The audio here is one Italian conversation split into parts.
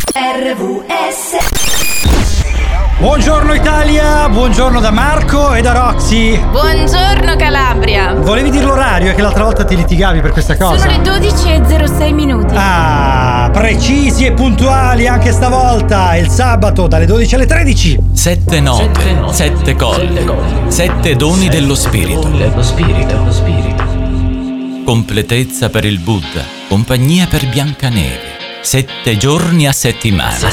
RVS. Buongiorno Italia, buongiorno da Marco e da Roxy. Buongiorno Calabria. Volevi dire l'orario? È che l'altra volta ti litigavi per questa cosa. Sono le 12:06. Ah, precisi e puntuali anche stavolta. Il sabato dalle 12 alle 13. 7 note, 7 colli, 7 doni dello spirito. Completezza per il Buddha, compagnia per Biancaneve. 7 giorni a settimana.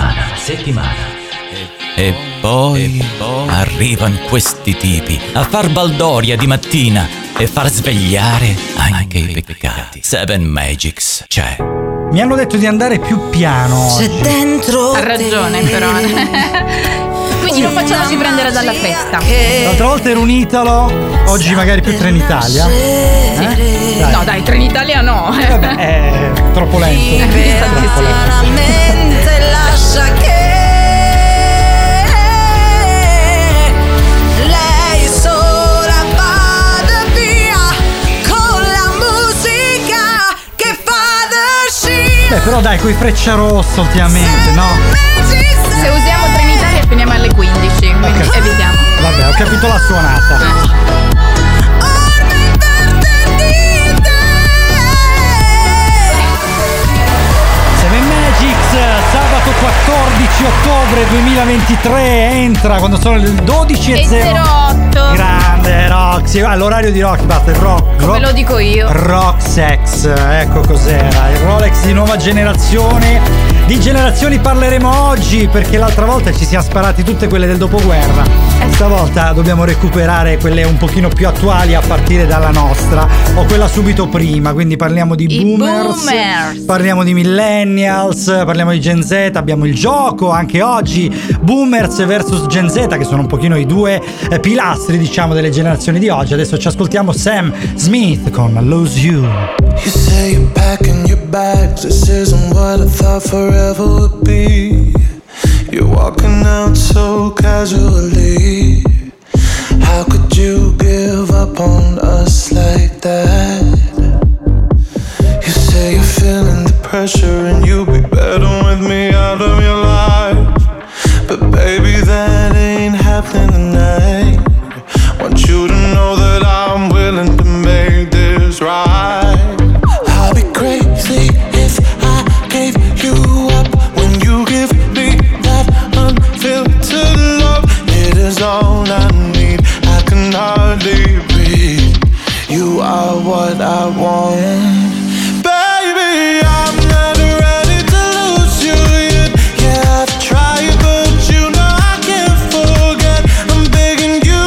E poi arrivano questi tipi a far baldoria di mattina e far svegliare anche i peccati. 7 Magics c'è. Mi hanno detto di andare più piano. C'è dentro. Ha ragione però. Quindi non facciamoci prendere dalla fretta. L'altra volta ero un Italo, oggi magari più Trenitalia. Dai. No dai, Trenitalia no. Vabbè, è troppo lento. Veramente lascia che lei sola vada via con la musica che fa da scia. Beh, però dai, coi Frecciarossa ultimamente, no? Se usiamo Trenitalia finiamo alle 15, quindi Ok. evitiamo. Vabbè, ho capito la suonata. Seven Magics, sabato 14 ottobre 2023, entra quando sono le 12:08. Grande Roxy, l'orario di Roxy, basta, il rock. Come lo dico io. Roxex, ecco cos'era, il Rolex di nuova generazione. Di generazioni parleremo oggi perché l'altra volta ci siamo sparati tutte quelle del dopoguerra. Stavolta dobbiamo recuperare quelle un pochino più attuali a partire dalla nostra o quella subito prima, quindi parliamo di boomers, parliamo di millennials, parliamo di Gen Z, abbiamo il gioco anche oggi, boomers versus Gen Z, che sono un pochino i due pilastri diciamo delle generazioni di oggi. Adesso ci ascoltiamo Sam Smith con Lose You. You say you're packing your bags, this isn't what I thought forever would be. You're walking out so casually. How could you give up on us like that? You say you're feeling the pressure and you'll be better with me out of your life. But baby, that ain't happening tonight. Want you to know that I'm willing to make this right. I'll be crazy if I gave you up when you give me that unfiltered love. It is all I need, I can hardly breathe. You are what I want. Baby, I'm not ready to lose you yet. Yeah, I've tried, but you know I can't forget. I'm begging you.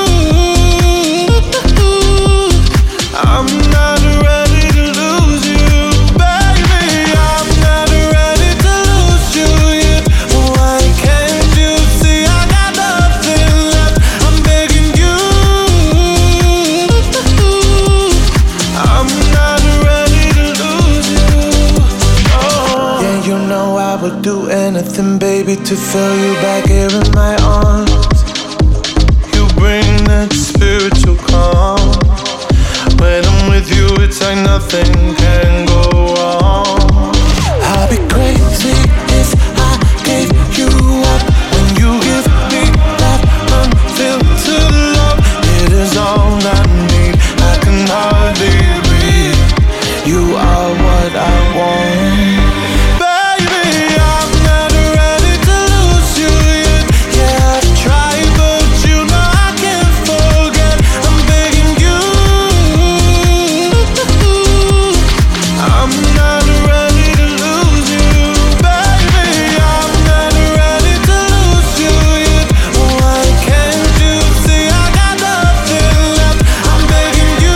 I'm not ready to lose you, baby. I'm not ready to lose you yet. Why can't you see I got nothing left? I'm begging you. I'm not ready to lose you. Oh. Yeah, you know I would do anything, baby, to feel you back here in my arms. You bring that spiritual calm. When I'm with you, it's like nothing can go wrong. I'll be crazy if I gave you up when you give me that unfiltered love. It is all I need, I can hardly breathe. You are what I want. Baby, I'm not ready to lose you yet. Yeah, I've tried, but you know I can't forget. I'm begging you. I'm not ready to lose you, baby. I'm not ready to lose you yet. Why can't you see I got nothing left? I'm begging you.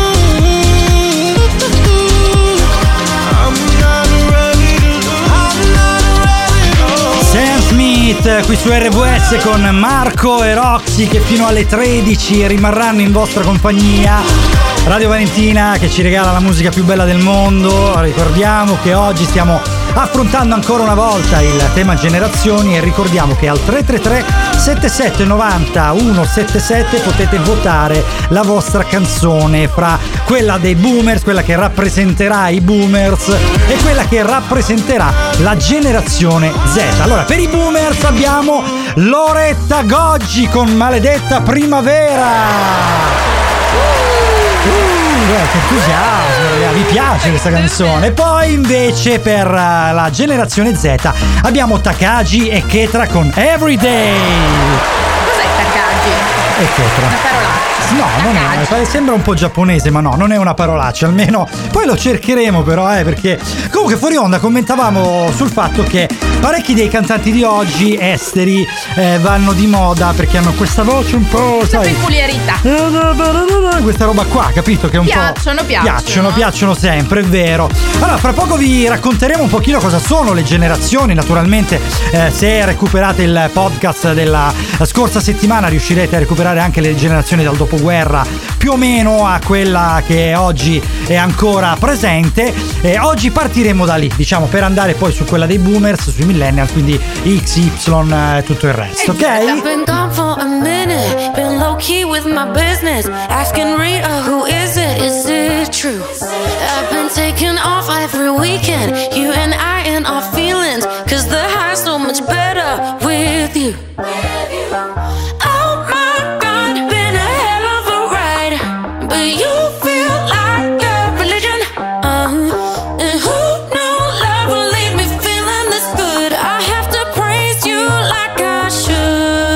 I'm not ready to lose. I'm not ready to. Sam Smith qui su RVS con Marco e Roxy che fino alle 13 rimarranno in vostra compagnia. Radio Valentina che ci regala la musica più bella del mondo. Ricordiamo che oggi stiamo affrontando ancora una volta il tema generazioni, e ricordiamo che al 333 7790 177 potete votare la vostra canzone fra quella dei boomers, quella che rappresenterà i boomers e quella che rappresenterà la generazione Z. Allora, per i boomers abbiamo Loretta Goggi con Maledetta Primavera. Che entusiasmo, vi piace questa canzone? Poi invece per la generazione Z abbiamo Takagi e Ketra con Everyday. Cos'è Takagi? E Ketra. Una parolaccia. No, non è, sembra un po' giapponese, ma no, non è una parolaccia, almeno poi lo cercheremo però, perché comunque fuori onda commentavamo sul fatto che parecchi dei cantanti di oggi esteri vanno di moda perché hanno questa voce un po', sai, peculiarità, questa roba qua, capito? Che un piacciono sempre, è vero. Allora, fra poco vi racconteremo un pochino cosa sono le generazioni. Naturalmente se recuperate il podcast della scorsa settimana riuscirete a recuperare anche le generazioni dal dopoguerra, più o meno a quella che oggi è ancora presente. Oggi partiremo da lì, diciamo, per andare poi su quella dei boomers, sui millennial, quindi X, Y e tutto il resto, ok? I've been gone for a minute, been low key with my business, asking Rita, who is it? Is it true? I've been taking off every weekend, you and I in our feelings, cause the high's so much better with you. Oh my God, been a hell of a ride, but you feel like a religion. And who knew love would leave me feeling this good? I have to praise you like I should.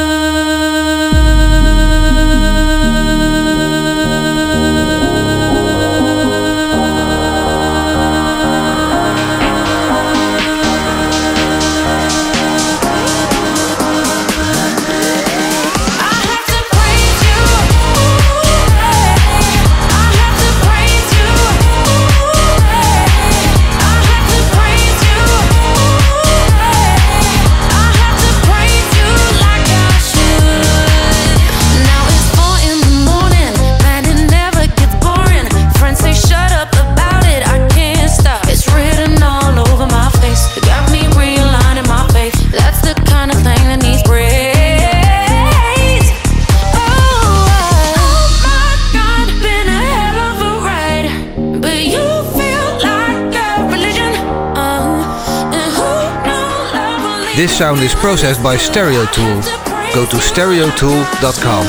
This sound is processed by Stereotool. Go to stereotool.com.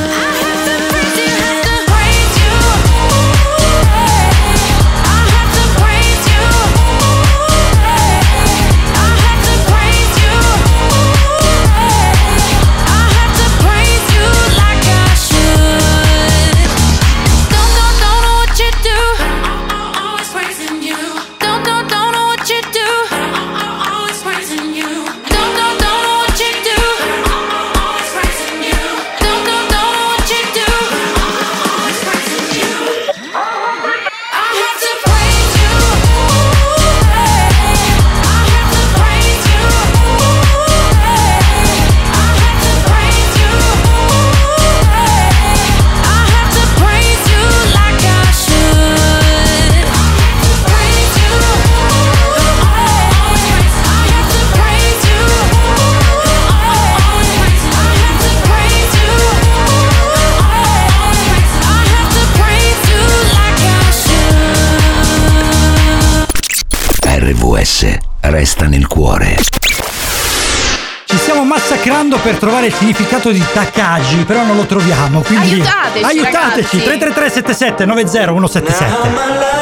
RVS resta nel cuore. Ci stiamo massacrando per trovare il significato di Takagi, però non lo troviamo, quindi aiutateci. 333 77 90 177.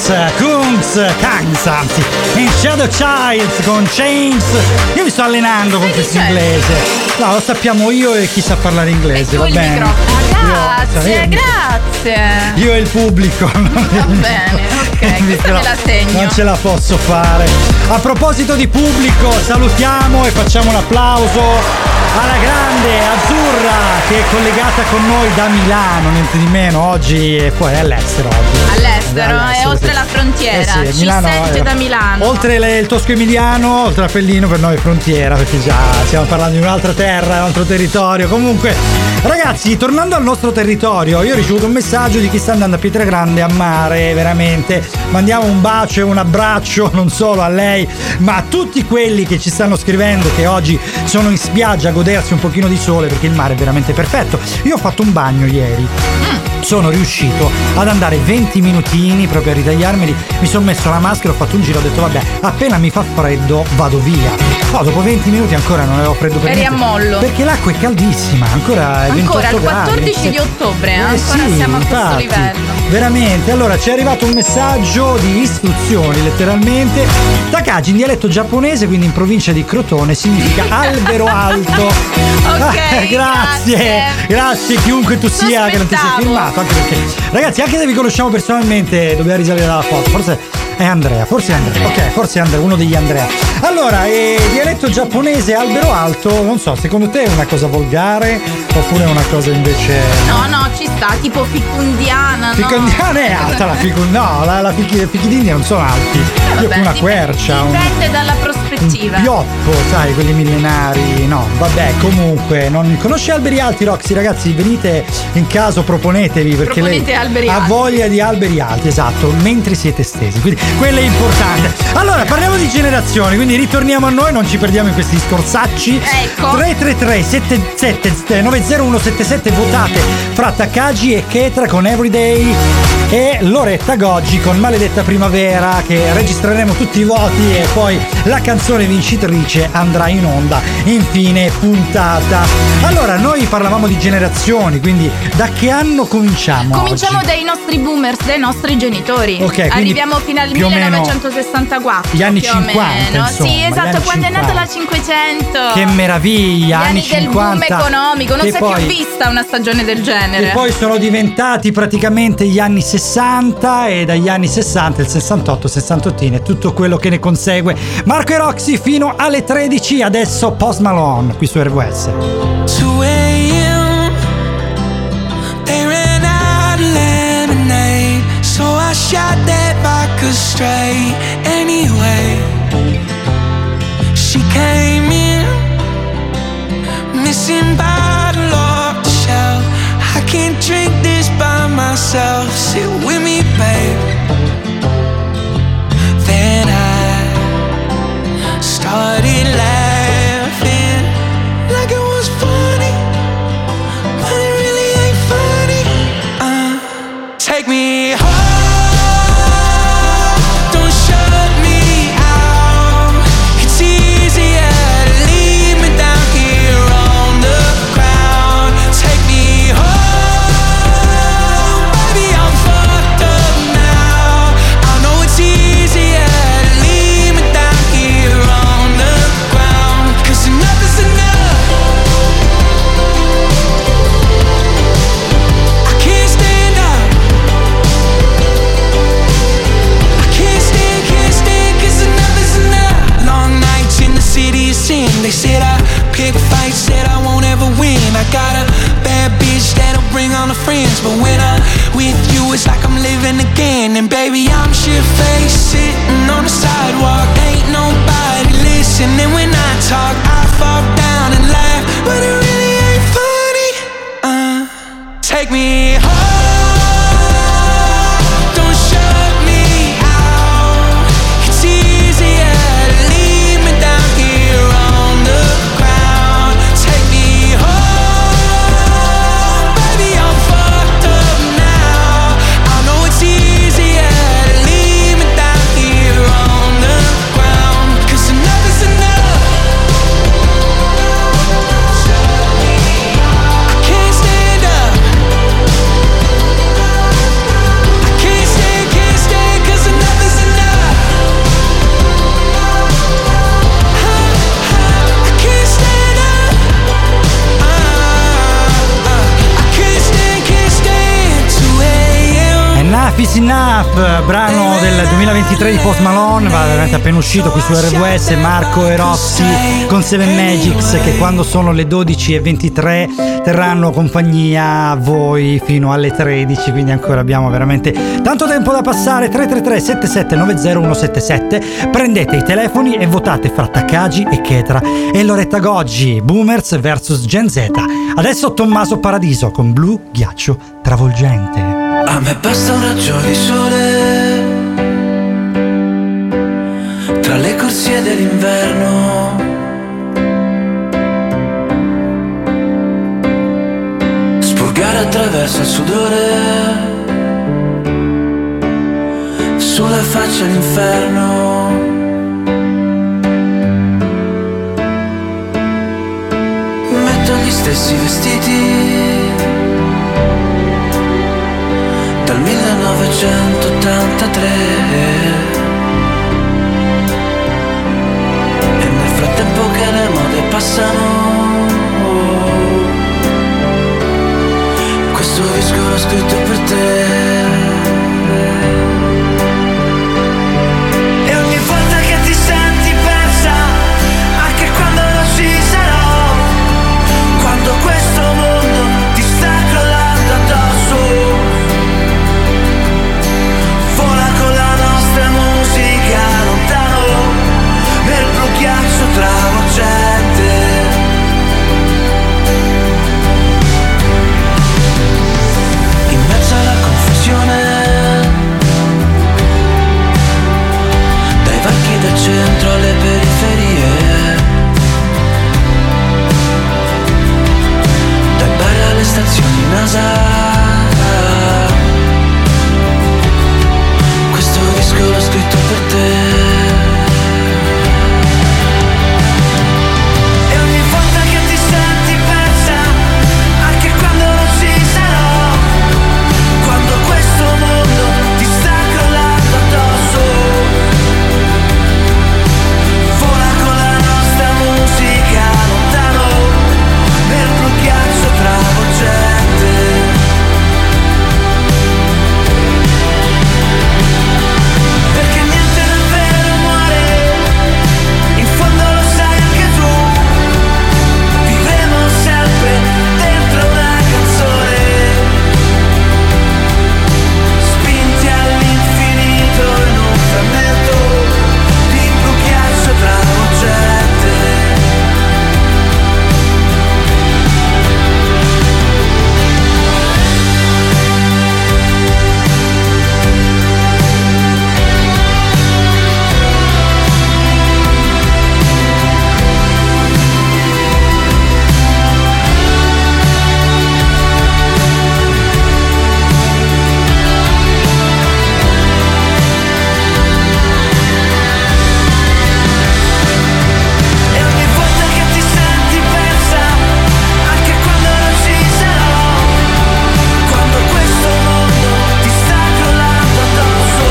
Kangs, anzi, in Shadow Child con Chains. Io mi sto allenando con questo inglese. No, lo sappiamo io e chi sa parlare inglese, va bene. Grazie. Io e il pubblico. Va bene, ok, questa me la segno. Non ce la posso fare. A proposito di pubblico, salutiamo e facciamo un applauso alla grande Azzurra che è collegata con noi da Milano, niente di meno, oggi e poi è all'estero oggi. All'estero, è oltre la frontiera, sì, ci Milano, sente da Milano. Oltre il Tosco Emiliano, oltre a Pellino, per noi è frontiera, perché già stiamo parlando di un'altra terra, un altro territorio. Comunque, ragazzi, tornando al nostro territorio, io ho ricevuto un messaggio di chi sta andando a Pietragrande a mare, veramente. Mandiamo un bacio e un abbraccio non solo a lei, ma a tutti quelli che ci stanno scrivendo che oggi sono in spiaggia a godersi un pochino di sole, perché il mare è veramente perfetto. Io ho fatto un bagno ieri. Sono riuscito ad andare 20 minutini proprio a ritagliarmeli, mi sono messo la maschera, ho fatto un giro, ho detto vabbè, appena mi fa freddo vado via. No, dopo 20 minuti ancora non avevo freddo per niente. Eri a mollo. Perché l'acqua è caldissima, ancora è 28 il 14 gradi. di ottobre, ancora sì, siamo a questo infatti, livello. Veramente, allora ci è arrivato un messaggio di istruzioni, letteralmente. Takagi in dialetto giapponese, quindi in provincia di Crotone, significa albero alto. Ok, grazie chiunque tu sia che non ti sei filmato, anche perché ragazzi, anche se vi conosciamo personalmente dobbiamo risalire dalla foto, forse è Andrea, ok, forse è Andrea, uno degli Andrea. Allora, dialetto giapponese albero alto, non so, secondo te è una cosa volgare oppure è una cosa invece... No, ci sta, tipo ficundiana, Ficondiana è alta, la fichi d'India non sono alti. Io più una quercia. Dipende dalla prospettiva. Un pioppo, sai, quelli millenari. No, vabbè, comunque, non conosci alberi alti, Roxy, ragazzi, venite in caso, proponetevi, perché Proponete lei alberi ha alti. voglia di alberi alti, esatto, mentre siete stesi. Quindi quello è importante. Allora, parliamo di generazioni, quindi ritorniamo a noi, non ci perdiamo in questi scorsacci. Ecco. 333 77 90177, votate fra Takagi e Ketra con Everyday e Loretta Goggi con Maledetta Primavera, che registreremo tutti i voti e poi la canzone vincitrice andrà in onda in fine puntata. Allora, noi parlavamo di generazioni, quindi da che anno cominciamo? Cominciamo oggi? dai nostri boomers, dai nostri genitori. Ok, arriviamo fino al più o meno 1964. gli anni più 50, o meno. insomma, sì, esatto, gli anni quando 50. è nata la 500. Che meraviglia, gli anni del 50 boom economico, non che si è poi- più vista una stagione del genere. E poi sono diventati praticamente gli anni 60 e dagli anni 60 il 68, 68 e tutto quello che ne consegue. Marco e Roxy fino alle 13, adesso Post Malone qui su RWS. 2 a.m. They ran out of lemonade, so I shot that vodka straight. Anyway, she came in, missing bottle off the shelf. I can't drink this by myself. Sit with me, babe. Then I started laughing like it was funny, but it really ain't funny. Take me home, don't shut me out. It's easier to leave me down here on the ground. Take me home, baby, I'm fucked up now. I know it's easier to leave me down here on the ground, 'cause enough is enough. I can't stand up. I can't stand, 'cause enough is enough. Long nights in the city of sin. They said I pick fights, said I won't ever win. I got a bad bitch that'll bring all the friends, but when I'm with you it's like I'm living again. And baby, I'm shit-faced, sitting on the sidewalk. Ain't nobody listening when I talk. I fall down and laugh, but it really ain't funny. Take me home, don't shut me out. It's easier to leave me down here on the ground. Take me home, baby, I'm fucked up now. I know it's easier to leave me down here on the ground, 'cause enough is enough. I can't stand up. Enough, brano del 2023 di Post Malone, va veramente appena uscito qui su RWS. Marco e Rossi con Seven Magics, che quando sono le 12:23 terranno compagnia a voi fino alle 13, quindi ancora abbiamo veramente tanto tempo da passare. 333 7790 177, prendete i telefoni e votate fra Takagi e Ketra e Loretta Goggi, Boomers vs Gen Z. Adesso Tommaso Paradiso con Blu Ghiaccio Travolgente. A me basta un raggio di sole tra le corsie dell'inverno, spurgare attraverso il sudore sulla faccia l'inferno. Metto gli stessi vestiti dal 1983 e nel frattempo che le mode passano, questo disco l'ho scritto per te. E ogni volta che ti senti persa, anche quando non ci sarò, quando questo mondo ti sta crollando addosso, vola con la nostra musica lontano nel blu ghiaccio travolgente. In mezzo alla confusione, dai varchi del centro alle periferie, dai bar alle stazioni NASA, questo disco l'ho scritto per te. E ogni volta che ti senti persa, anche quando non ci sarò, quando questo mondo ti sta crollando addosso, vola con la nostra musica lontano nel blu ghiaccio travolgente. Perché niente davvero muore, in fondo lo sai anche tu, vivremo sempre dentro una canzone, spinti all'infinito in un frammento di blu ghiaccio travolgente. E ogni volta che ti senti persa, anche quando non ci sarò, quando questo mondo ti sta crollando addosso,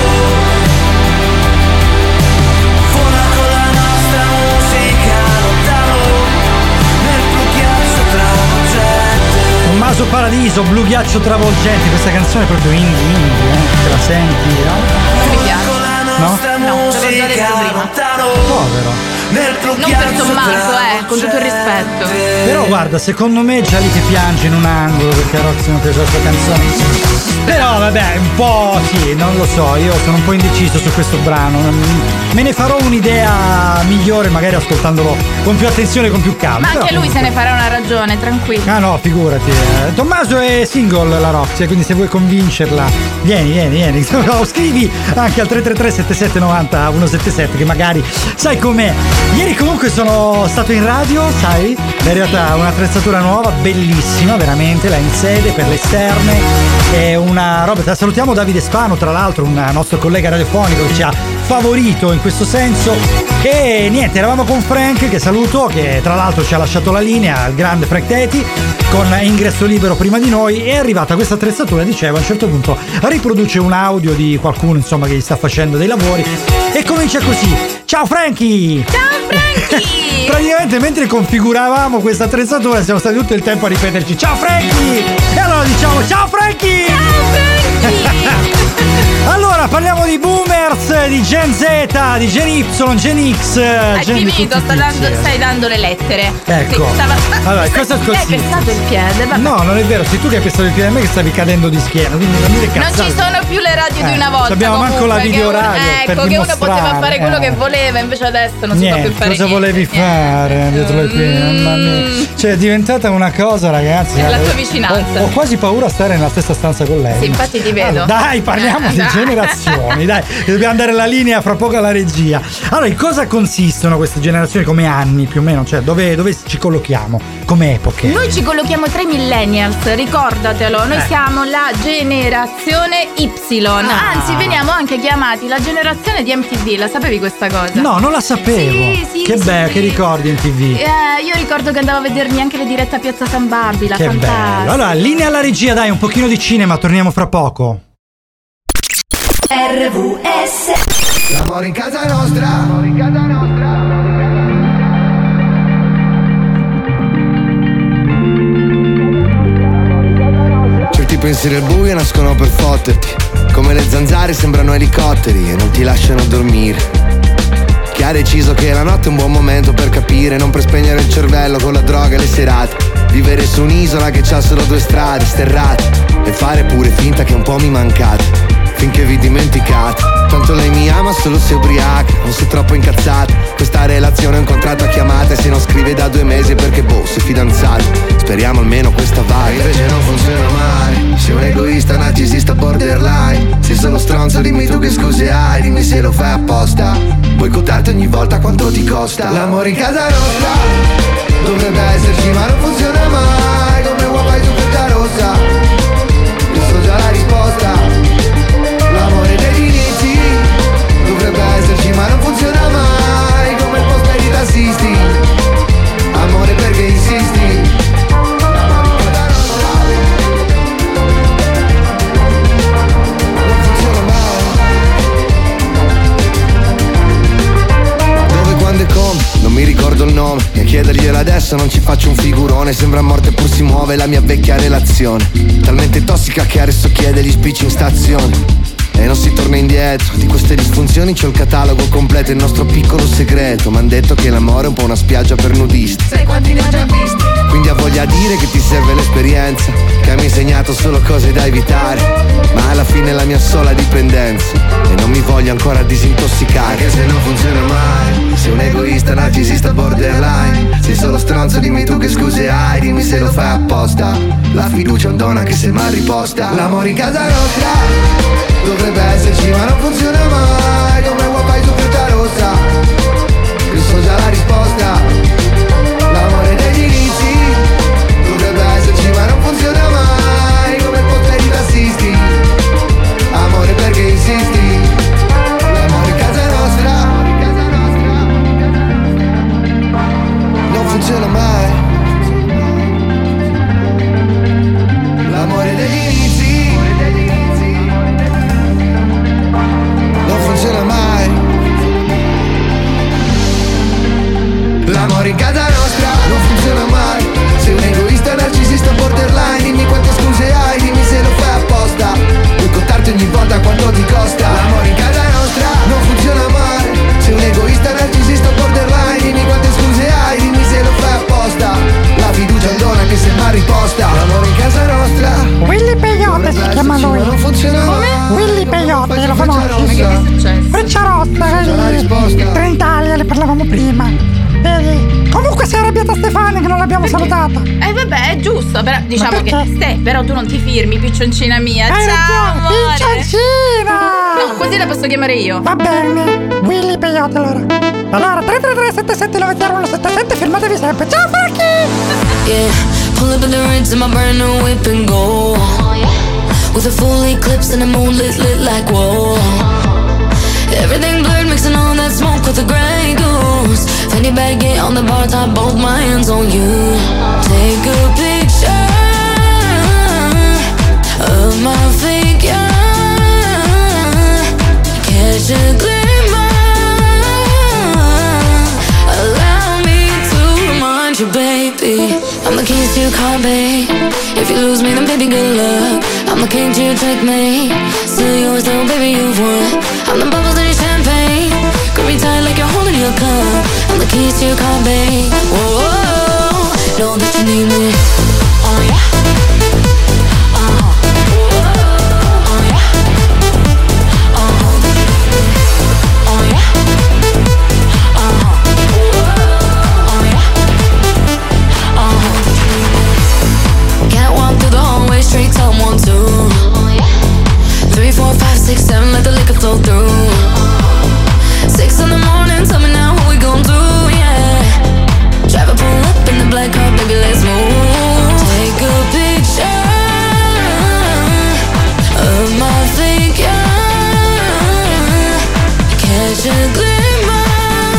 vola con la nostra musica lontano nel blu ghiaccio travolgente. Tommaso Paradiso, Blu Ghiaccio Travolgente. Questa canzone è proprio indie, te la senti, no? Non mi piace. No? No, te l'ho già detto prima. Povero. Non per Tommaso, con tutto il rispetto. Però guarda, secondo me già lì che piange in un angolo perché a Rozzi non piace la sua canzone. Però vabbè, un po' sì, non lo so, io sono un po' indeciso su questo brano. Me ne farò un'idea migliore magari ascoltandolo con più attenzione, con più calma. Ma anche Però lui se ne farà una ragione, tranquillo. Ah no, figurati. Tommaso è single la Roxy, quindi se vuoi convincerla, vieni. Scrivi anche al 333 7790 177 che magari sai com'è. Ieri comunque sono stato in radio, sai? È arrivata un'attrezzatura nuova, bellissima, veramente, la in sede per le esterne. È una roba. Salutiamo Davide Spano, tra l'altro, un nostro collega radiofonico che ci ha favorito in questo senso. E niente, eravamo con Frank, che saluto, che tra l'altro ci ha lasciato la linea, il grande Frank Teti, con ingresso libero prima di noi. È arrivata questa attrezzatura, dicevo, a un certo punto riproduce un audio di qualcuno, insomma, che gli sta facendo dei lavori e comincia così: ciao Frankie! Ciao Frankie! Praticamente mentre configuravamo questa attrezzatura siamo stati tutto il tempo a ripeterci ciao Frankie! E allora diciamo ciao Frankie! Ciao Frankie! Allora, parliamo di boomers, di Gen Z, di Gen Y, Gen X. Hai finito, stai dando le lettere. Ecco. Allora, cosa hai pestato il piede? Vabbè. No, non è vero, sei tu che hai pestato il piede a me che stavi cadendo di schiena. Quindi non dire cazzate. Non ci sono più le radio di una volta. Abbiamo manco la videoradio. Ecco, che uno poteva fare quello che voleva, invece adesso non si può più fare. Cosa volevi fare dietro le quinte? Mamma mia. Cioè, è diventata una cosa, ragazzi. È la tua vicinanza. Ho quasi paura a stare nella stessa stanza con lei. Sì, infatti ti vedo. Allora, dai, parliamo di generazioni, dai. Dobbiamo andare la linea fra poco alla regia. Allora, in cosa consistono queste generazioni come anni più o meno? Cioè, dove ci collochiamo come epoche? Noi ci collochiamo tra i millennials, ricordatelo. Noi siamo la generazione Y. Anzi, veniamo anche chiamati la generazione di MTV. La sapevi questa cosa? No, non la sapevo. Sì, che bello, che ricordi MTV? Io ricordo che andavo a vedermi anche le dirette a Piazza San Babila. Che bello. Allora, linea alla regia, dai, un pochino di cinema, torniamo fra poco. RVS. L'amore in casa nostra. Certi pensieri al buio nascono per fotterti. Come le zanzare sembrano elicotteri e non ti lasciano dormire. Chi ha deciso che la notte è un buon momento per capire, non per spegnere il cervello con la droga e le serate. Vivere su un'isola che c'ha solo 2 strade sterrate e fare pure finta che un po' mi mancate, finché vi dimenticate. Tanto lei mi ama solo se ubriaca, non sei troppo incazzata. Questa relazione è un contratto a chiamate, se non scrive da 2 mesi è perché sei fidanzato. Speriamo almeno questa va. Invece non funziona mai. Sei un egoista, narcisista, borderline. Sei solo stronzo, dimmi tu che scuse hai. Dimmi se lo fai apposta. Boicottarti ogni volta quanto ti costa. L'amore in casa nostra dovrebbe esserci ma non funziona mai. Come vuoi fai tu questa rossa? Io so già la risposta. L'amore degli inizi dovrebbe esserci ma non funziona mai. Come il post per i tassisti. Amore perché insisti. Non funziona mai. Dove, quando e come? Non mi ricordo il nome. E a chiederglielo adesso non ci faccio un figurone. Sembra morte pur si muove la mia vecchia relazione. Talmente tossica che adesso chiede gli spicci in stazione. E non si torna indietro. Di queste disfunzioni c'ho il catalogo completo. Il nostro piccolo segreto. M'han detto che l'amore è un po' una spiaggia per nudisti. Sai quanti ne ho già visti? Quindi ha voglia dire che ti serve l'esperienza, che mi ha insegnato solo cose da evitare. Ma alla fine è la mia sola dipendenza e non mi voglio ancora disintossicare. Anche se non funziona mai. Sei un egoista, narcisista, borderline. Sei solo stronzo, dimmi tu che scuse hai. Dimmi se lo fai apposta. La fiducia è un dono anche se mal riposta. L'amore in casa nostra dovrebbe esserci ma non funziona mai. Come vuoi fai tu frutta rossa? Io so già la risposta. L'amore degli inizi dovrebbe esserci ma non funziona mai. Come il potere di tassisti. Amore perché insisti. L'amore in casa nostra non funziona mai. L'amore degli inizi non funziona mai. L'amore in casa nostra non funziona mai. Sei un egoista, narcisista, borderline. Dimmi quante scuse hai, dimmi se lo fai apposta. Boicottarti ogni volta quanto ti costa. L'amore in casa nostra non funziona mai. Sei un egoista, narcisista, borderline. Dimmi quante scuse hai, dimmi se lo fai apposta. La fiducia è un dono anche se mal riposta. L'amore in casa nostra Willy Peyote si chiama lui. non funziona mai. Willy Peyote, lo conosci? Freccia rossa, Trenitalia, le parlavamo prima. Vedi? Comunque si è arrabbiata Stefania che non l'abbiamo salutata. Vabbè, è giusto, però diciamo che però tu non ti firmi, piccioncina mia. Hai Ciao, ragione, amore. piccioncina. No, così la posso chiamare io. Va bene, Willy Peyote allora. Allora, 333-77-901-77, firmatevi sempre. Ciao Marchi! Yeah, pull up in the rinse in my brand new whip and go. With a full eclipse and the moon lit like whoa. Everything blurred, mixing all that smoke with the Grey Goose. Fanny baggy on the bar top, both my hands on you. Take a picture of my figure. Catch a glimmer. Allow me to remind you, baby, I'm the keys to your car, babe. If you lose me, then baby, good luck. I'm the king to your checkmate. Still yours though, baby, you've won. I'm the bubbles in your champagne. Grip me tight like you're holding your cup. I'm the keys to your car, babe. Whoa, know that you need me. Oh yeah. Straight top 1, 2 3, 4, 5, 6, 7, let the liquor flow through 6 in the morning, tell me now what we gon' do, yeah. Drive a pull up in the black car, baby, let's move. Take a picture of my figure. Catch a glimmer.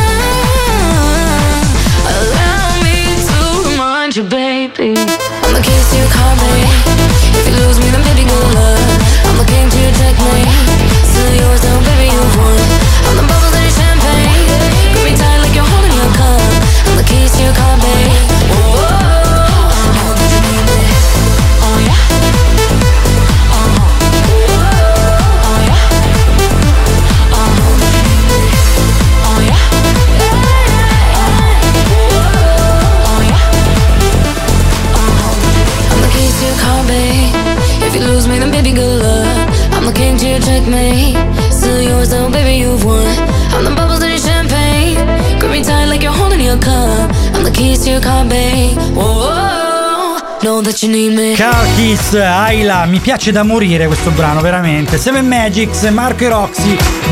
Allow me to remind you, baby, I'm the keys to your car, baby. If you lose me, then baby, good luck. I'm the king to your checkmate. Still yours though, baby, you've won. I'm the bubbles in your champagne. Grip me tight like you're holding your cup. I'm the keys to your car, babe. Whoa, know that you need me. Oh yeah. Oh yeah. Know that you need me. Oh yeah. Oh yeah. I'm the keys to your car, babe. If you lose me, then baby, good luck. I'm the king to your checkmate. Still yours though, baby, you've won. I'm the bubbles in your champagne. Grip me tight like you're holding your cup. I'm the keys to your car, babe. Whoa, know that you need me. Car Keys, Ayla, mi piace da morire questo brano, veramente. Seven Magics, Marco e Roxy,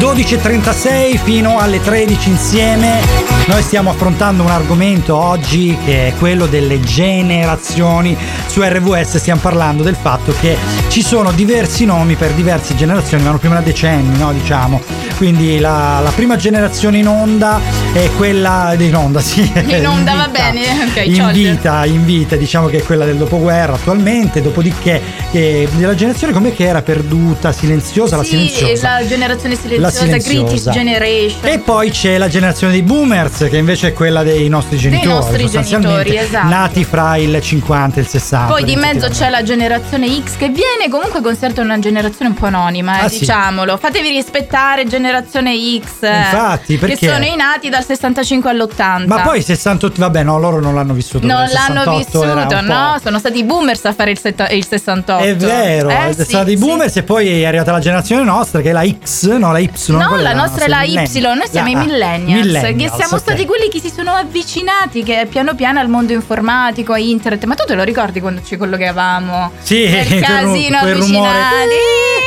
12:36 fino alle 13 insieme. Noi stiamo affrontando un argomento oggi che è quello delle generazioni. Su RVS stiamo parlando del fatto che ci sono diversi nomi per diverse generazioni, vanno prima da decenni, no, diciamo. Quindi la prima generazione in onda è quella in onda, sì. In onda va bene, ok. In vita, diciamo che è quella del dopoguerra attualmente, dopodiché la generazione com'è che era perduta, silenziosa, sì, la silenziosa. La generazione silenziosa, Greatest Generation. E poi c'è la generazione dei boomers, che invece è quella dei nostri genitori, esatto, nati fra il 50 e il 60. Poi di mezzo c'è la generazione X, che viene comunque considerata una generazione un po' anonima, diciamolo. Sì. Fatevi rispettare, generazione X. Infatti, perché? Che sono i nati dal 65 all'80. Ma poi 68, vabbè, no, loro non l'hanno vissuto. Non l'hanno vissuto, no, sono stati i boomers a fare il 68. È vero, è stati i boomers, e poi è arrivata la generazione nostra che è la X, no, la Y. No, la nostra è la Y, noi siamo i millennials, che siamo stati quelli che si sono avvicinati che piano piano al mondo informatico, a internet. Ma tu te lo ricordi quando ci collegavamo? Sì, quel casino avvicinati.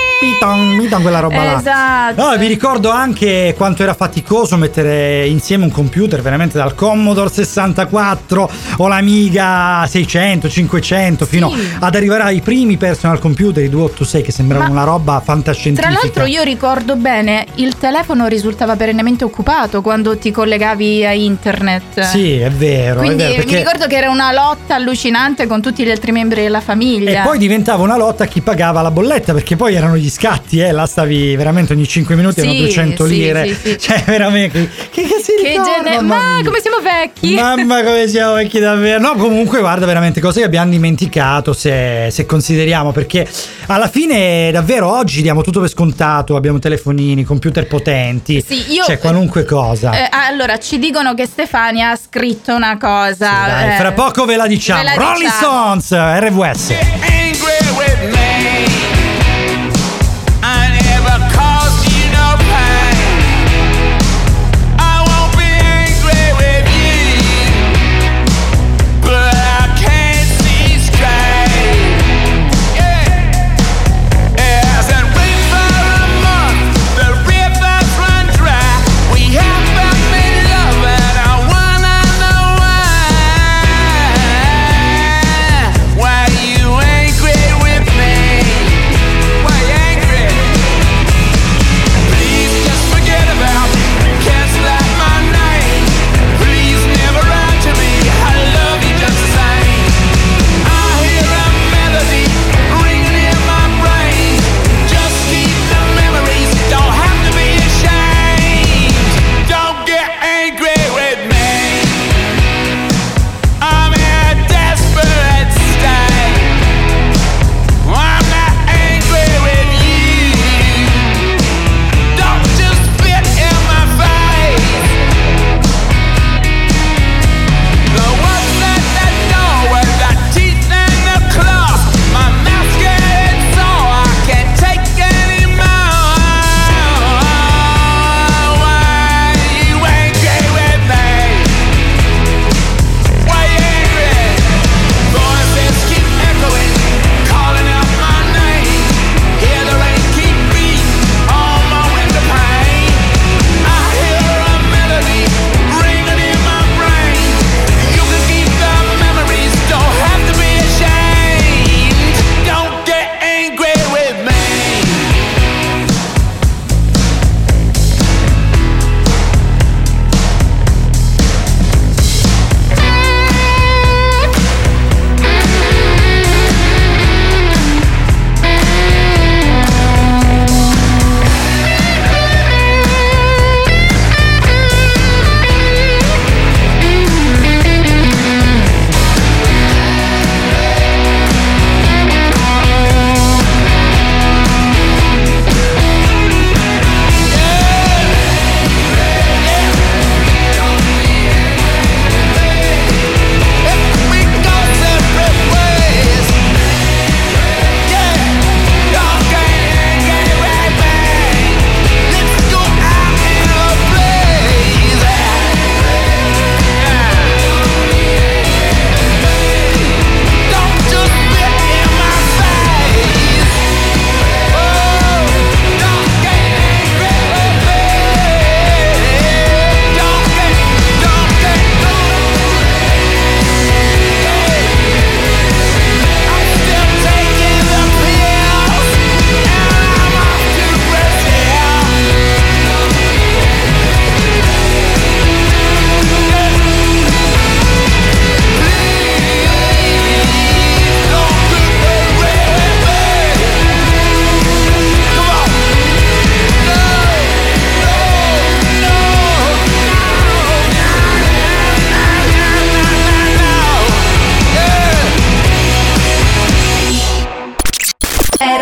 Miton, quella roba là. Esatto. No, vi ricordo anche quanto era faticoso mettere insieme un computer, veramente dal Commodore 64 o l'Amiga 600, 500 fino ad arrivare ai primi personal computer, i 286, che sembravano una roba fantascientifica. Tra l'altro io ricordo bene, il telefono risultava perennemente occupato quando ti collegavi a internet. Sì, è vero. Quindi è vero, mi ricordo che era una lotta allucinante con tutti gli altri membri della famiglia. E poi diventava una lotta a chi pagava la bolletta, perché poi erano gli scatti, là stavi veramente ogni 5 minuti erano 200 lire. Sì. Cioè veramente che si ricorda, ma come siamo vecchi. Mamma, come siamo vecchi davvero. No, comunque guarda, veramente cose che abbiamo dimenticato se consideriamo, perché alla fine davvero oggi diamo tutto per scontato, abbiamo telefonini, computer potenti, c'è qualunque cosa. Allora ci dicono che Stefania ha scritto una cosa, dai, fra poco ve la diciamo. Rolling Stones, RVS. Why you ain't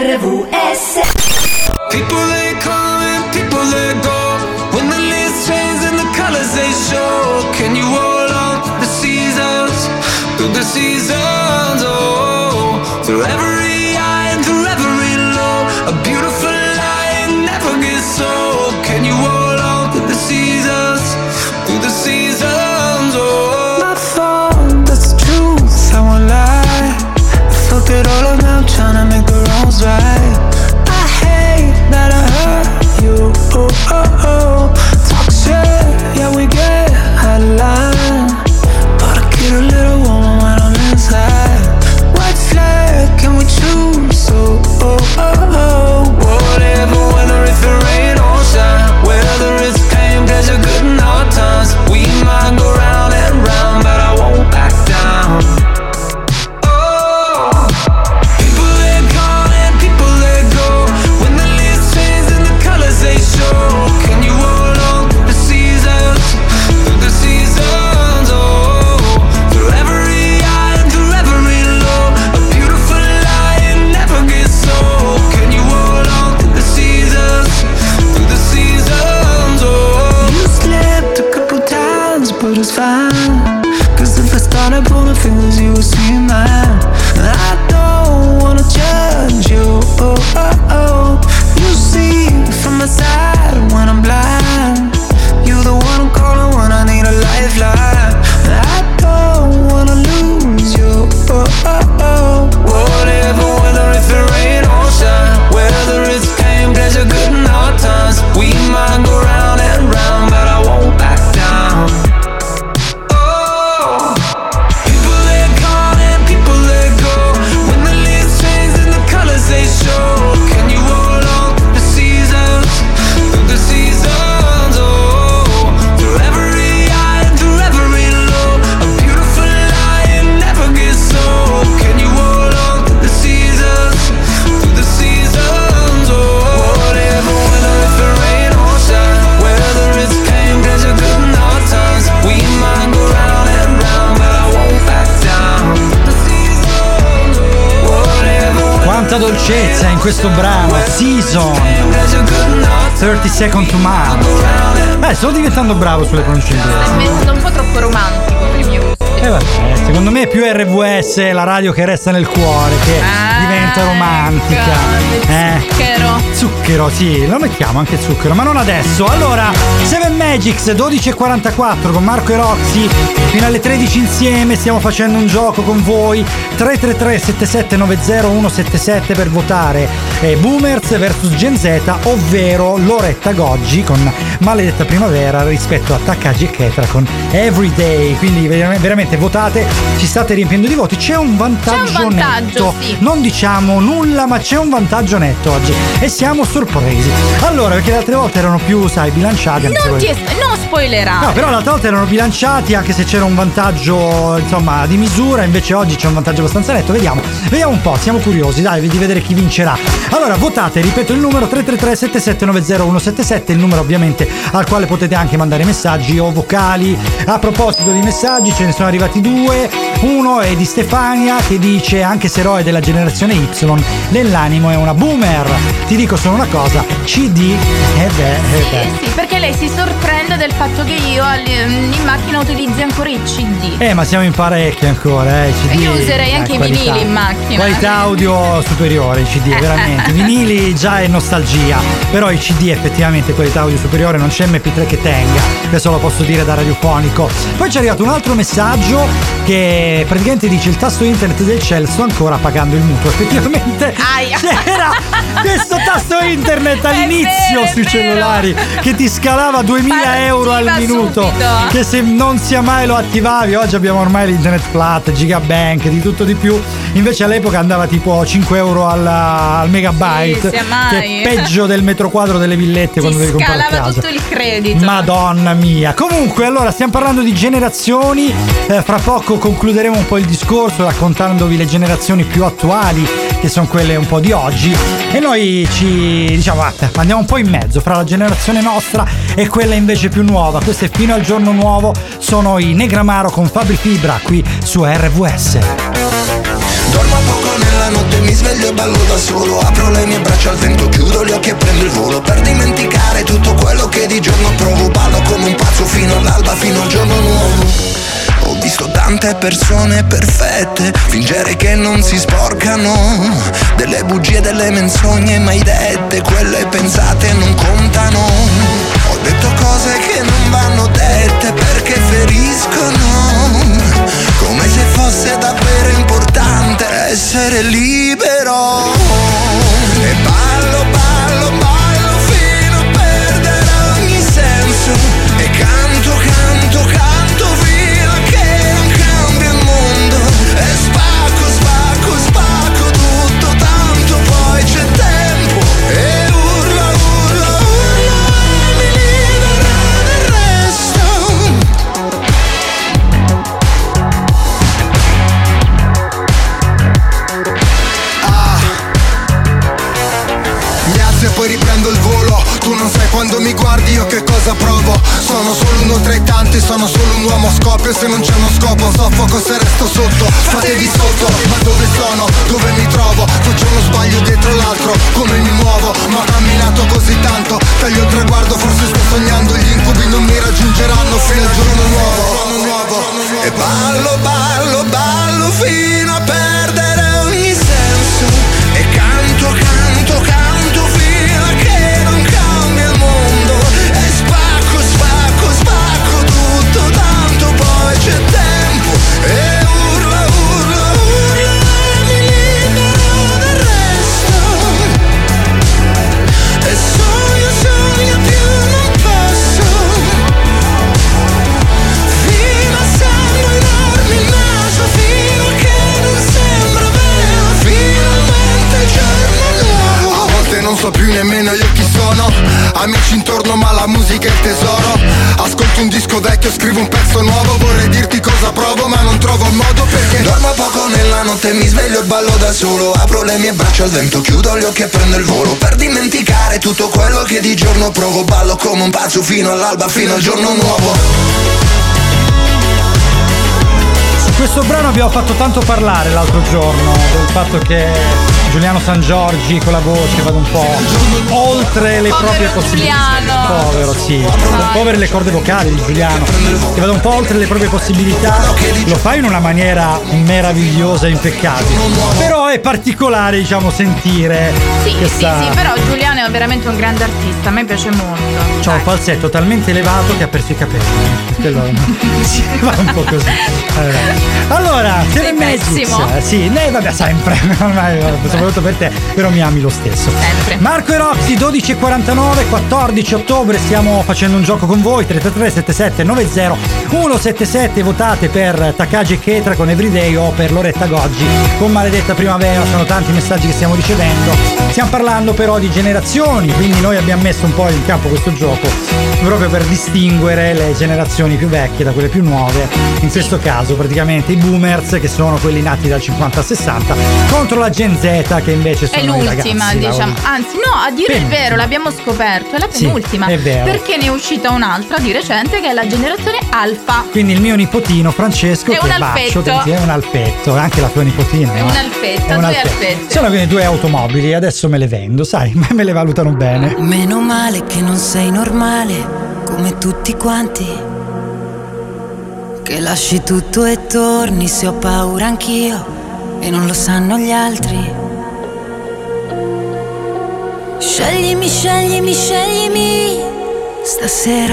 RVS. People they come and people they go. When the leaves change and the colors they show. Can you hold on to the seasons? Through the seasons, oh. Through every high and through every low. A beautiful lie never gets old. Can you hold on to the seasons? Through the seasons, oh. My fault, that's the truth, I won't lie. I fucked it all up now, trying to make the wrongs right. I hate that I hurt you, oh, oh, oh. Talk shit, yeah, we get out of line. But I get a little warm when I'm inside. White flag, can we choose? Oh, oh, oh, oh. Whatever, whether it's the rain or shine. Whether it's pain, pleasure, good and hard times. We might go round and round, but I won't back down. Oh, people they come and people they go. When the leaves change and the colors they show. Can you hold on to the seasons? Through the seasons, oh. Through every high and through every low. A beautiful lie never gets old. Can you hold on to the seasons? Through the seasons, oh. You slipped a couple times, but it's fine. Cause if I started pulling fingers, you would see mine. And I don't wanna judge you, oh, oh, oh. You see from my side when I'm blind. You're the one I'm calling when I need a lifeline. And I don't wanna lose you, oh, oh, oh. Whatever, whether it's the rain or shine. Whether it's pain, pleasure, good and hard times. We might go round and round, but I won't back down. Oh, people they come and people they go. When the leaves change and the colors they show. Can you hold on to the seasons? Through the seasons, oh. Through every high and through every low. A beautiful lie never gets old. Can you hold on to the seasons? Through the seasons, oh. Whatever, whether it's the rain or shine. Whether it's pain, pleasure, good and hard times. We might go round and round, but I won't back down. The seasons, oh. Whatever. Quanta dolcezza in questo brano. Season, 30 Seconds to Mars. Sto diventando bravo sulle pronunce Stai inglesi. diventando un po' troppo romantico per i miei gusti. Vabbè, secondo me è più RVS, la radio che resta nel cuore, che diventa romantica. Zucchero, sì, lo mettiamo anche zucchero, ma non adesso. Allora, Seven Magics, 12:44 con Marco e Roxy, fino alle 13 insieme, stiamo facendo un gioco con voi. 333 7790 177 per votare Boomers vs Gen Z, ovvero Loretta Goggi con Maledetta Primavera rispetto a Takagi e Ketra con Everyday. Quindi veramente votate, ci state riempiendo di voti. C'è un vantaggio netto, sì. Non diciamo nulla, ma c'è un vantaggio netto oggi e siamo sorpresi. Allora, perché le altre volte erano più, sai, bilanciati. Non spoilerare. No, però l'altra volta erano bilanciati, anche se c'era un vantaggio, insomma, di misura. Invece oggi c'è un vantaggio abbastanza netto. Vediamo un po', siamo curiosi, dai, di vedere chi vincerà. Allora, votate, ripeto il numero 333 7790 177, il numero ovviamente al quale potete anche mandare messaggi o vocali. A proposito di messaggi, ce ne sono arrivati due. Uno è di Stefania che dice: anche se eroe della generazione Y, nell'animo è una boomer. Ti dico solo una cosa, CD. Sì, perché lei si sorprende del fatto che io in macchina utilizzi ancora i CD. Ma siamo in parecchio ancora, CD. Io userei anche i vinili in macchina. Qualità audio superiore, i CD, veramente. I vinili già è nostalgia, però i CD effettivamente qualità audio superiore, non c'è MP3 che tenga. Questo lo posso dire da radiofonico. Poi ci è arrivato un altro messaggio che praticamente dice: il tasto internet del Shell sto ancora pagando il mutuo. Effettivamente c'era questo tasto internet all'inizio sui cellulari che ti scalava 2000 euro al minuto, subito. Che se non sia mai lo attivavi. Oggi abbiamo ormai l'internet flat, gigabank, di tutto di più. Invece all'epoca andava tipo 5 euro al megabyte, che è peggio del metro quadro delle villette quando devi comprare casa. Scalava tutto il credito. Madonna mia. Comunque, allora, stiamo parlando di generazioni. Fra poco concluderemo un po' il discorso raccontandovi le generazioni più attuali, che sono quelle un po' di oggi, e noi ci andiamo un po' in mezzo fra la generazione nostra e quella invece più nuova. Questo è Fino al giorno nuovo, sono i Negramaro con Fabri Fibra qui su RVS. Dormo poco nella nella notte mi sveglio e ballo da solo. Apro le mie braccia al vento, chiudo gli occhi e prendo il volo per dimenticare tutto quello che di giorno provo. Ballo come un pazzo fino all'alba, fino al giorno nuovo. Ho visto tante persone perfette fingere che non si sporcano, delle bugie, delle menzogne mai dette, quelle pensate non contano. Ho detto cose che non vanno dette perché feriscono, come se fosse davvero importante essere libero. E ballo, ballo, ballo fino a perdere ogni senso, e canto, canto, canto fino a che non cambia il mondo. E spacco, spacco, spacco tutto, tanto poi c'è tempo. E urla, urla, urla e mi libero del resto. Mi alzo e poi riprendo il volo. Tu non sai quando mi guardi io che cosa provo. Sono solo uno tra i tanti, sono solo un uomo a scoppio. Se non c'è uno scopo soffoco se resto sotto. Fatevi sotto, ma dove sono? Dove mi trovo? Faccio uno sbaglio dietro l'altro, come mi muovo? Ma ho camminato così tanto, taglio il traguardo, forse sto sognando. Gli incubi non mi raggiungeranno fino al giorno nuovo. E ballo, ballo, ballo fino a perdere ogni senso. E canto, canto, canto fino a che non cambia il mondo. E spacco, spacco, spacco tutto, tanto poi c'è tempo. E urla, urla, urla e mi libero del resto. E sogno, sogno più non posso, fino a sangue enorme in naso, fino a che non sembra vero, finalmente il giorno nuovo. A volte non so più nemmeno io chi sono, amici intorno ma la musica è il tesoro. Ascolto un disco vecchio, scrivo un pezzo nuovo, vorrei dirti cosa provo ma non trovo il modo perché dormo poco nella notte, mi sveglio e ballo da solo. Apro le mie braccia al vento, chiudo gli occhi e prendo il volo per dimenticare tutto quello che di giorno provo. Ballo come un pazzo fino all'alba, fino al giorno nuovo. Questo brano abbiamo fatto tanto parlare l'altro giorno, del fatto che Giuliano Sangiorgi con la voce vada un po' oltre le proprie possibilità. Povero, sì. Povere le corde vocali di Giuliano, che vada un po' oltre le proprie possibilità. Lo fa in una maniera meravigliosa e impeccabile. Però è particolare, diciamo, sentire questa... Sì, però Giuliano è veramente un grande artista, a me piace molto. C'ha un falsetto talmente elevato che ha perso i capelli. Quello si va un po' così. Allora, sei pessimo. Sì, vabbè, sempre. Soprattutto per te, però mi ami lo stesso. Sempre. Marco e Roxy, 12:49, 14 ottobre, stiamo facendo un gioco con voi. 333 77 90 177. Votate per Takagi e Ketra con Everyday o per Loretta Goggi con Maledetta Primavera. Sono tanti messaggi che stiamo ricevendo. Stiamo parlando però di generazioni, quindi noi abbiamo messo un po' in campo questo gioco proprio per distinguere le generazioni più vecchie da quelle più nuove. In questo caso praticamente i boomers, che sono quelli nati dal 50 al 60, contro la Gen Z, che invece sono è l'ultima, ragazzi, diciamo. Anzi, no, a dire il vero, l'abbiamo scoperto, è la penultima. Sì, è vero. Perché ne è uscita un'altra di recente che è la generazione Alfa. Quindi il mio nipotino Francesco, è che bacio, è un alpetto, anche la tua nipotina. È un alpetto, due alpetti. Sono quindi due automobili, adesso me le vendo, sai, me le valutano bene. Meno male che non sei normale come tutti quanti, che lasci tutto e torni se ho paura anch'io e non lo sanno gli altri. Sceglimi, sceglimi, sceglimi stasera.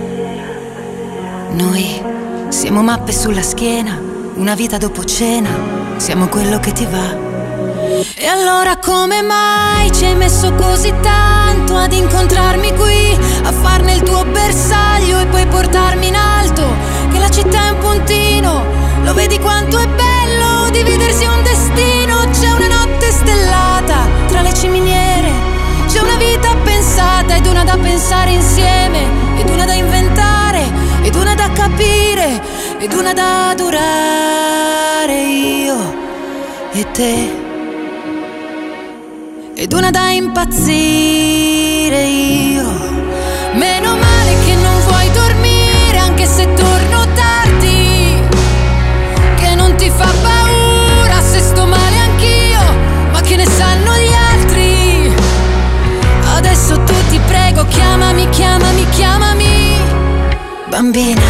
Noi siamo mappe sulla schiena, una vita dopo cena, siamo quello che ti va. E allora come mai ci hai messo così tanto ad incontrarmi qui, a farne il tuo bersaglio e poi portarmi in alto? Che la città è un puntino, lo vedi quanto è bello dividersi un destino. C'è una notte stellata tra le ciminiere, c'è una vita pensata ed una da pensare insieme, ed una da inventare, ed una da capire, ed una da adorare io e te, ed una da impazzire io. Meno male che non vuoi dormire anche se torno tardi, che non ti fa paura se sto male anch'io, bambina.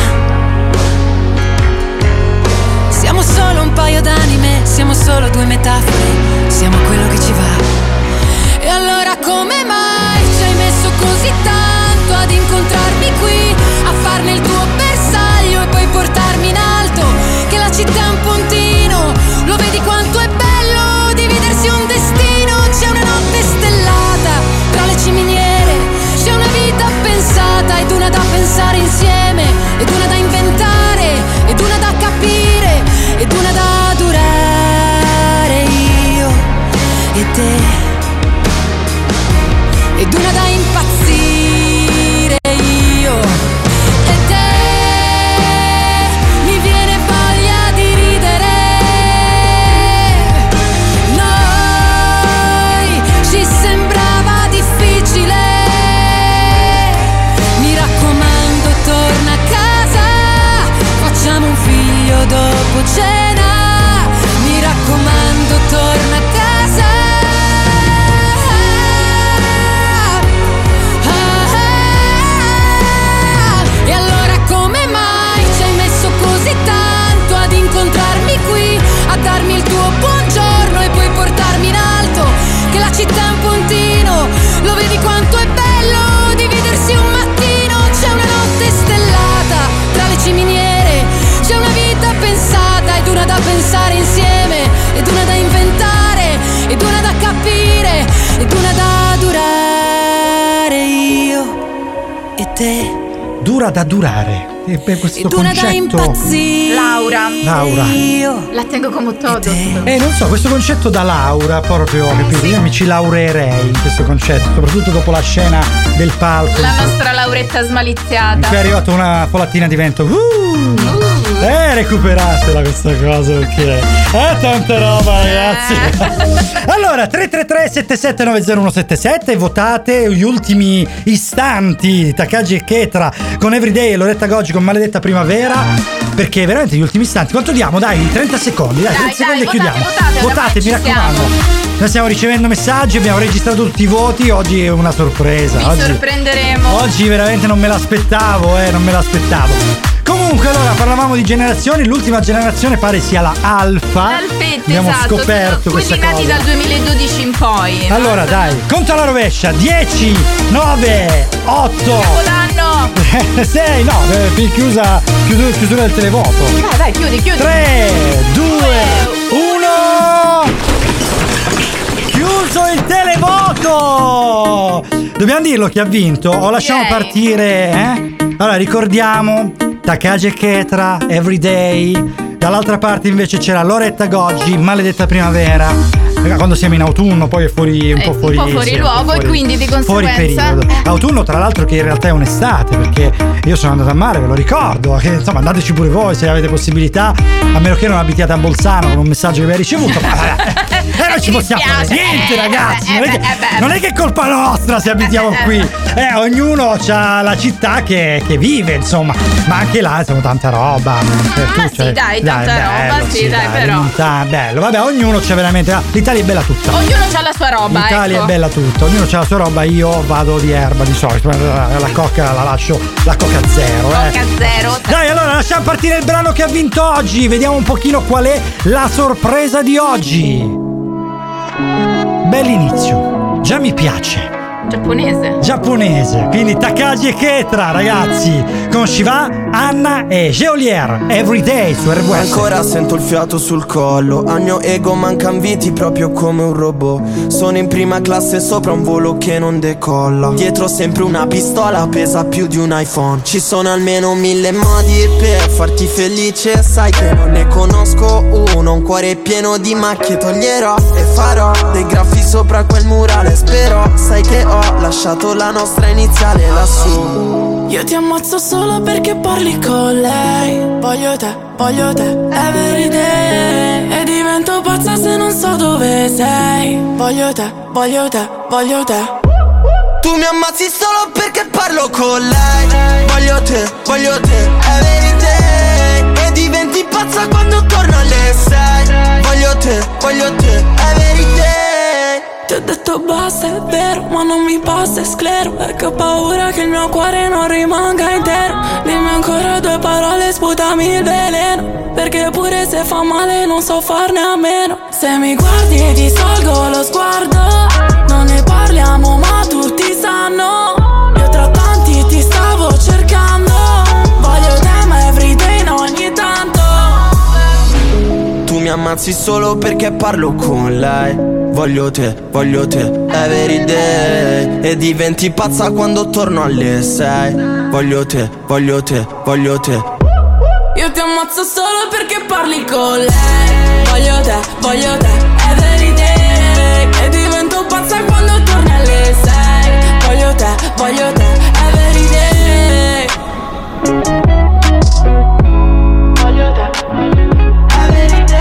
Siamo solo un paio d'anime, siamo solo due metafore, siamo quello che ci va. E allora come mai ci hai messo così tanto ad incontrarmi qui, a farne il tuo bersaglio e poi portarmi in alto? Che la città è un puntino, lo vedi quanto è bello dividersi un destino. C'è una notte stellata tra le ciminiere, c'è una vita pensata ed una da pensare insieme, ed una da inventare, ed una da capire, ed una da durare, io e te, ed una da impazzire, io e te. Mi viene voglia di ridere, noi ci sembrava difficile. Mi raccomando, torna a casa, facciamo un figlio dopo cena. Mi raccomando, torna a casa. E allora come mai ci hai messo così tanto ad incontrarmi qui, a darmi il tuo buongiorno e poi portarmi in alto? Che la città è un puntino, lo vedi quanto è bello dividersi un mattino. C'è una notte stellata tra le ciminiere, c'è una vita pensata ed una da pensare insieme, ed una da inventare, ed una da capire, ed una da durare, io e te. Dura da durare. E per questo Ed una da concetto. impazzire, Laura. io. La tengo come todo. Non so, questo concetto da Laura proprio, capito? Io mi ci laureerei in questo concetto, soprattutto dopo la scena del palco. La nostra Lauretta smaliziata. Qui è arrivata una folattina di vento. Recuperatela questa cosa perché è tanta roba, ragazzi. Allora 333-7790177, votate gli ultimi istanti di Takagi e Ketra con Everyday e Loretta Goggi con Maledetta Primavera, perché veramente gli ultimi istanti. Quanto diamo? Dai, 30 secondi, dai, 30 secondi e chiudiamo. Votate, mi raccomando. Noi stiamo ricevendo messaggi, abbiamo registrato tutti i voti. Oggi è una sorpresa. Vi sorprenderemo. Oggi veramente non me l'aspettavo, non me l'aspettavo. Comunque, allora, parlavamo di generazioni. L'ultima generazione pare sia la Alfa. Abbiamo scoperto questa cosa. Quelli nati dal 2012 in poi. Allora, dai, conto alla rovescia. 10, 9, 8. Capodanno. 6, no, chiusura del televoto. Vai, chiudi. 3, 2, 1. Chiuso il televoto. Dobbiamo dirlo chi ha vinto o lasciamo partire, Allora, ricordiamo Takagi e Ketra, Everyday. Dall'altra parte invece c'era Loretta Goggi, Maledetta Primavera. Quando siamo in autunno poi è fuori un po' fuori luogo e quindi di conseguenza fuori periodo. Autunno tra l'altro che in realtà è un'estate, perché io sono andato a mare, ve lo ricordo, che insomma andateci pure voi se avete possibilità, a meno che non abitiate a Bolzano con un messaggio che vi hai ricevuto. Non ci possiamo fare niente, ragazzi, non è che è colpa nostra se abitiamo qui, ognuno ha la città che vive, insomma, ma anche là insomma tanta roba. Tanta roba, però bello, vabbè, ognuno c'ha veramente, l'Italia è bella tutta. Ognuno c'ha la sua roba. L'Italia è bella tutta, ognuno c'ha la sua roba. Io vado di erba di solito. La coca la lascio, la coca zero. Coca zero. Dai, allora lasciamo partire il brano che ha vinto oggi. Vediamo un pochino qual è la sorpresa di oggi. Bell'inizio, già mi piace. Giapponese, quindi Takagi e Ketra, ragazzi, con Shiva, Anna e Geolier, Everyday su RWS. Ancora sento il fiato sul collo, al mio ego mancan viti proprio come un robot. Sono in prima classe sopra un volo che non decolla, dietro sempre una pistola pesa più di un iPhone. Ci sono almeno 1000 modi per farti felice, sai che non ne conosco uno. Un cuore pieno di macchie toglierò e farò dei graffi sopra quel murale. Spero, sai che ho lasciato la nostra iniziale lassù. Io ti ammazzo solo perché parli con lei. Voglio te everyday. E divento pazza se non so dove sei. Voglio te Tu mi ammazzi solo perché parlo con lei. Voglio te everyday. E diventi pazza quando torno alle 6. Voglio te everyday. Ti ho detto basta, è vero, ma non mi passa, è sclero. E che ho paura che il mio cuore non rimanga intero. Dimmi ancora 2 parole, sputami il veleno, perché pure se fa male non so farne a meno. Se mi guardi e ti salgo lo sguardo, non ne parliamo ma tutti sanno. Io tra tanti ti stavo cercando, voglio te ma everyday no, ogni tanto. Tu mi ammazzi solo perché parlo con lei. Voglio te, every day. E diventi pazza quando torno alle 6. Voglio te. Io ti ammazzo solo perché parli con lei. Voglio te, every day. E divento pazza quando torni alle 6. Voglio te, every day. Voglio te, every day.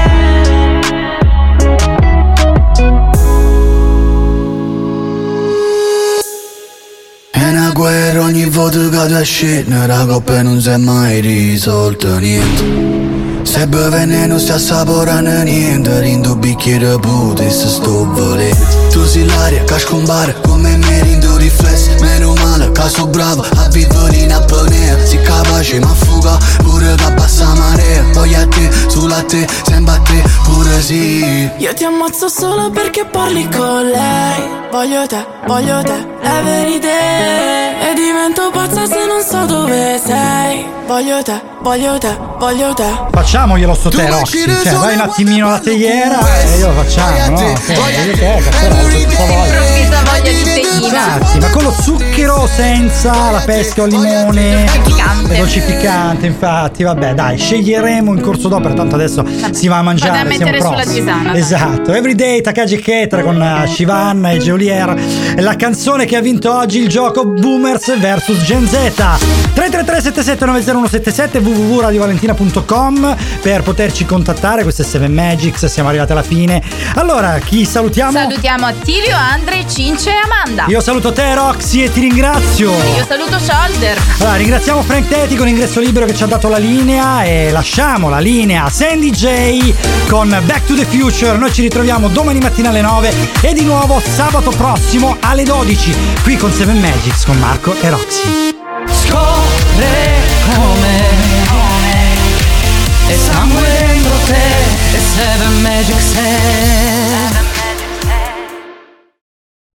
È una guerra ogni volta che tu scende, la coppa non si è mai risolta niente. Se beve non sta assaporando niente, rindo bicchiere pute se sto volendo. Tu sei l'aria che scompare come me rindo riflessi. Meno male che sono bravo a vivere in apnea. Si capace ma fuga pure che passa marea. Voglio a te, sulla te, sempre a te pure sì. Io ti ammazzo solo perché parli con lei. Voglio te, every day. E divento pazza se non so dove sei. Voglio te. Facciamoglielo sto te, Roxy. Cioè, vai un attimino alla teiera e io lo facciamo, no? Improvvisa voglia di teina. Ma con lo zucchero senza la pesca o il limone. Piccante. È dolcificante, infatti. Vabbè, dai, sceglieremo in corso d'opera. Tanto adesso si va a mangiare. Vado a mettere sulla tisana. Esatto. Everyday, Takagi Ketra con Shivan e Geolier. La canzone che ha vinto oggi il gioco Boomers vs Gen Z. 333 7790 www.radiovalentina.com per poterci contattare. Questo è Seven Magics, siamo arrivati alla fine. Allora, chi salutiamo? Salutiamo Attilio, Andre, Cince e Amanda. Io saluto te, Roxy, e ti ringrazio. Io saluto Shoulder. Allora, ringraziamo Frank Teti con Ingresso Libero che ci ha dato la linea e lasciamo la linea a Sandy J con Back to the Future. Noi ci ritroviamo domani mattina alle 9 e di nuovo sabato prossimo alle 12 qui con Seven Magics con Marco e Roxy. Scopre come e sangue dentro te e Seven Magic sei.